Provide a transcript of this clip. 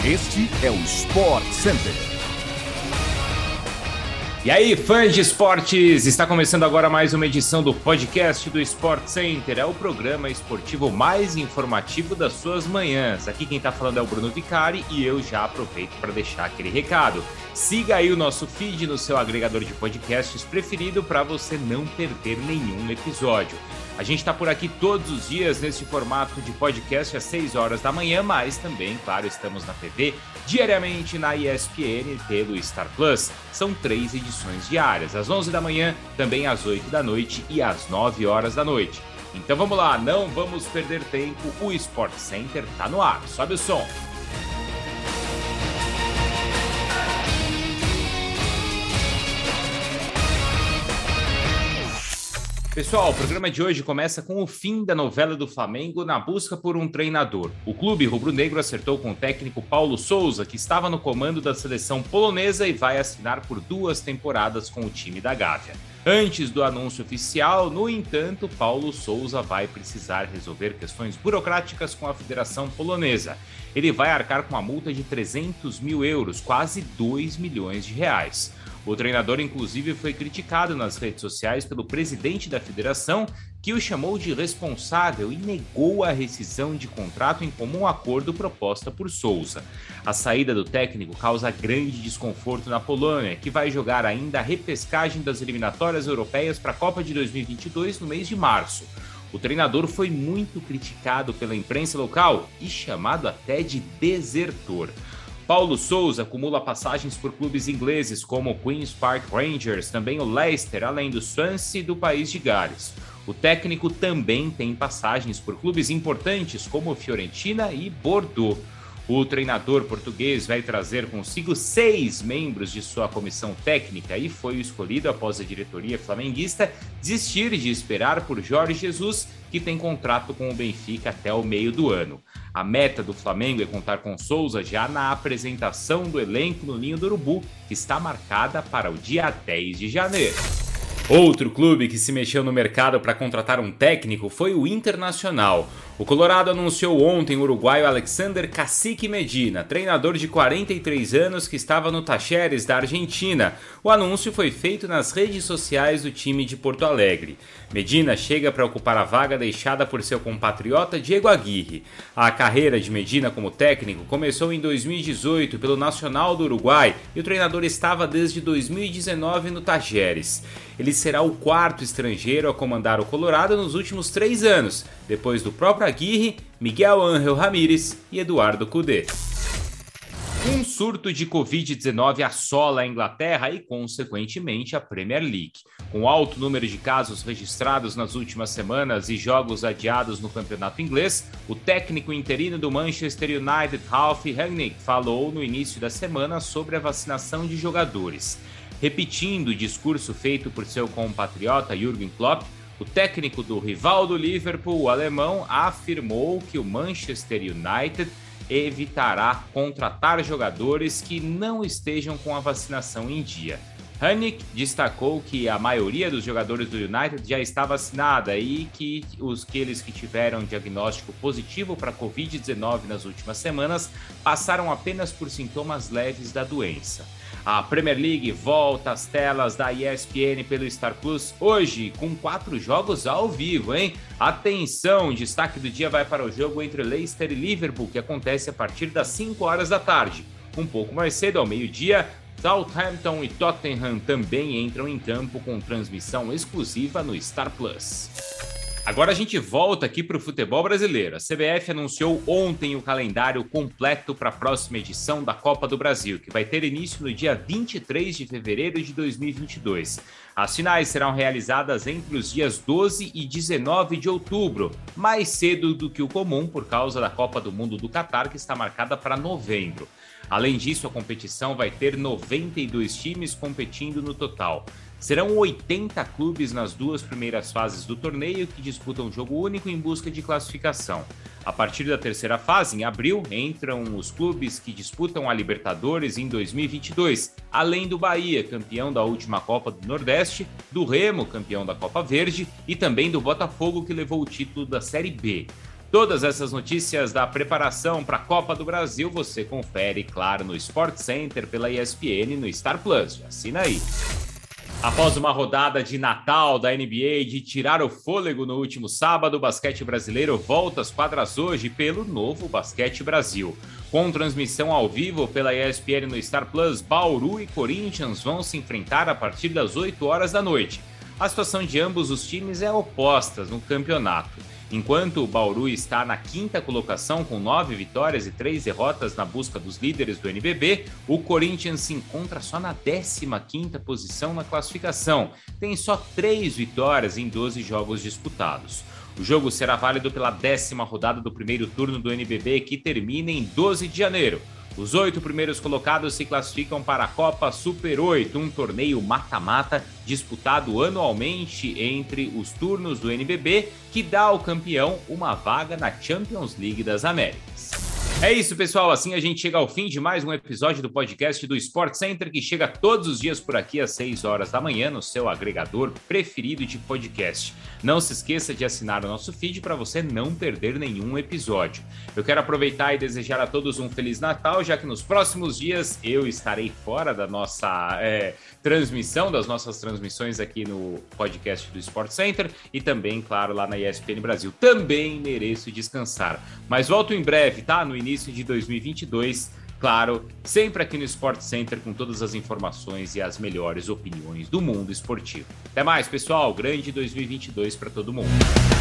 Este é o Sport Center. E aí, fãs de esportes, está começando agora mais uma edição do podcast do Sport Center, é o programa esportivo mais informativo das suas manhãs. Aqui quem está falando é o Bruno Vicari e eu já aproveito para deixar aquele recado. Siga aí o nosso feed no seu agregador de podcasts preferido para você não perder nenhum episódio. A gente está por aqui todos os dias nesse formato de podcast às 6 horas da manhã, mas também, claro, estamos na TV diariamente na ESPN pelo Star Plus. São 3 edições diárias, às 11 da manhã, também às 8 da noite e às 9 horas da noite. Então vamos lá, não vamos perder tempo, o Sport Center está no ar, sobe o som. Pessoal, o programa de hoje começa com o fim da novela do Flamengo na busca por um treinador. O clube rubro-negro acertou com o técnico Paulo Souza, que estava no comando da seleção polonesa e vai assinar por 2 temporadas com o time da Gávea. Antes do anúncio oficial, no entanto, Paulo Souza vai precisar resolver questões burocráticas com a Federação Polonesa. Ele vai arcar com uma multa de 300 mil euros, quase 2 milhões de reais. O treinador, inclusive, foi criticado nas redes sociais pelo presidente da federação, que o chamou de irresponsável e negou a rescisão de contrato em comum acordo proposta por Souza. A saída do técnico causa grande desconforto na Polônia, que vai jogar ainda a repescagem das eliminatórias europeias para a Copa de 2022 no mês de março. O treinador foi muito criticado pela imprensa local e chamado até de desertor. Paulo Souza acumula passagens por clubes ingleses como o Queen's Park Rangers, também o Leicester, além do Swansea do país de Gales. O técnico também tem passagens por clubes importantes como Fiorentina e Bordeaux. O treinador português vai trazer consigo 6 membros de sua comissão técnica e foi escolhido após a diretoria flamenguista desistir de esperar por Jorge Jesus, que tem contrato com o Benfica até o meio do ano. A meta do Flamengo é contar com Souza já na apresentação do elenco no Ninho do Urubu, que está marcada para o dia 10 de janeiro. Outro clube que se mexeu no mercado para contratar um técnico foi o Internacional. O Colorado anunciou ontem o uruguaio Alexander Cacique Medina, treinador de 43 anos que estava no Talleres da Argentina. O anúncio foi feito nas redes sociais do time de Porto Alegre. Medina chega para ocupar a vaga deixada por seu compatriota Diego Aguirre. A carreira de Medina como técnico começou em 2018 pelo Nacional do Uruguai e o treinador estava desde 2019 no Talleres. Ele será o 4º estrangeiro a comandar o Colorado nos últimos 3 anos, depois do próprio Aguirre, Miguel Ángel Ramírez e Eduardo Cudê. Um surto de Covid-19 assola a Inglaterra e, consequentemente, a Premier League. Com alto número de casos registrados nas últimas semanas e jogos adiados no campeonato inglês, o técnico interino do Manchester United, Ralf Rangnick, falou no início da semana sobre a vacinação de jogadores. Repetindo o discurso feito por seu compatriota Jürgen Klopp, o técnico do rival do Liverpool, o alemão, afirmou que o Manchester United evitará contratar jogadores que não estejam com a vacinação em dia. Rangnick destacou que a maioria dos jogadores do United já está vacinada e que aqueles que tiveram diagnóstico positivo para a Covid-19 nas últimas semanas passaram apenas por sintomas leves da doença. A Premier League volta às telas da ESPN pelo Star Plus hoje com 4 jogos ao vivo, hein? Atenção, destaque do dia vai para o jogo entre Leicester e Liverpool, que acontece a partir das 5 horas da tarde. Um pouco mais cedo, ao meio-dia, Southampton e Tottenham também entram em campo com transmissão exclusiva no Star Plus. Agora a gente volta aqui para o futebol brasileiro. A CBF anunciou ontem o calendário completo para a próxima edição da Copa do Brasil, que vai ter início no dia 23 de fevereiro de 2022. As finais serão realizadas entre os dias 12 e 19 de outubro, mais cedo do que o comum por causa da Copa do Mundo do Catar, que está marcada para novembro. Além disso, a competição vai ter 92 times competindo no total. Serão 80 clubes nas 2 primeiras fases do torneio que disputam jogo único em busca de classificação. A partir da 3ª fase, em abril, entram os clubes que disputam a Libertadores em 2022, além do Bahia, campeão da última Copa do Nordeste, do Remo, campeão da Copa Verde, e também do Botafogo, que levou o título da Série B. Todas essas notícias da preparação para a Copa do Brasil você confere, claro, no Sport Center, pela ESPN e no Star Plus. Assina aí. Após uma rodada de Natal da NBA de tirar o fôlego no último sábado, o basquete brasileiro volta às quadras hoje pelo Novo Basquete Brasil. Com transmissão ao vivo pela ESPN no Star Plus, Bauru e Corinthians vão se enfrentar a partir das 8 horas da noite. A situação de ambos os times é oposta no campeonato. Enquanto o Bauru está na 5ª colocação com 9 vitórias e 3 derrotas na busca dos líderes do NBB, o Corinthians se encontra só na 15ª posição na classificação. Tem só 3 vitórias em 12 jogos disputados. O jogo será válido pela 10ª rodada do primeiro turno do NBB, que termina em 12 de janeiro. Os 8 primeiros colocados se classificam para a Copa Super 8, um torneio mata-mata disputado anualmente entre os turnos do NBB, que dá ao campeão uma vaga na Champions League das Américas. É isso, pessoal. Assim a gente chega ao fim de mais um episódio do podcast do Sport Center, que chega todos os dias por aqui às 6 horas da manhã no seu agregador preferido de podcast. Não se esqueça de assinar o nosso feed para você não perder nenhum episódio. Eu quero aproveitar e desejar a todos um Feliz Natal, já que nos próximos dias eu estarei fora da nossa transmissão, das nossas transmissões aqui no podcast do Sport Center e também, claro, lá na ESPN Brasil. Também mereço descansar. Mas volto em breve, tá? No início de 2022, claro, sempre aqui no Sport Center com todas as informações e as melhores opiniões do mundo esportivo. Até mais, pessoal. Grande 2022 para todo mundo.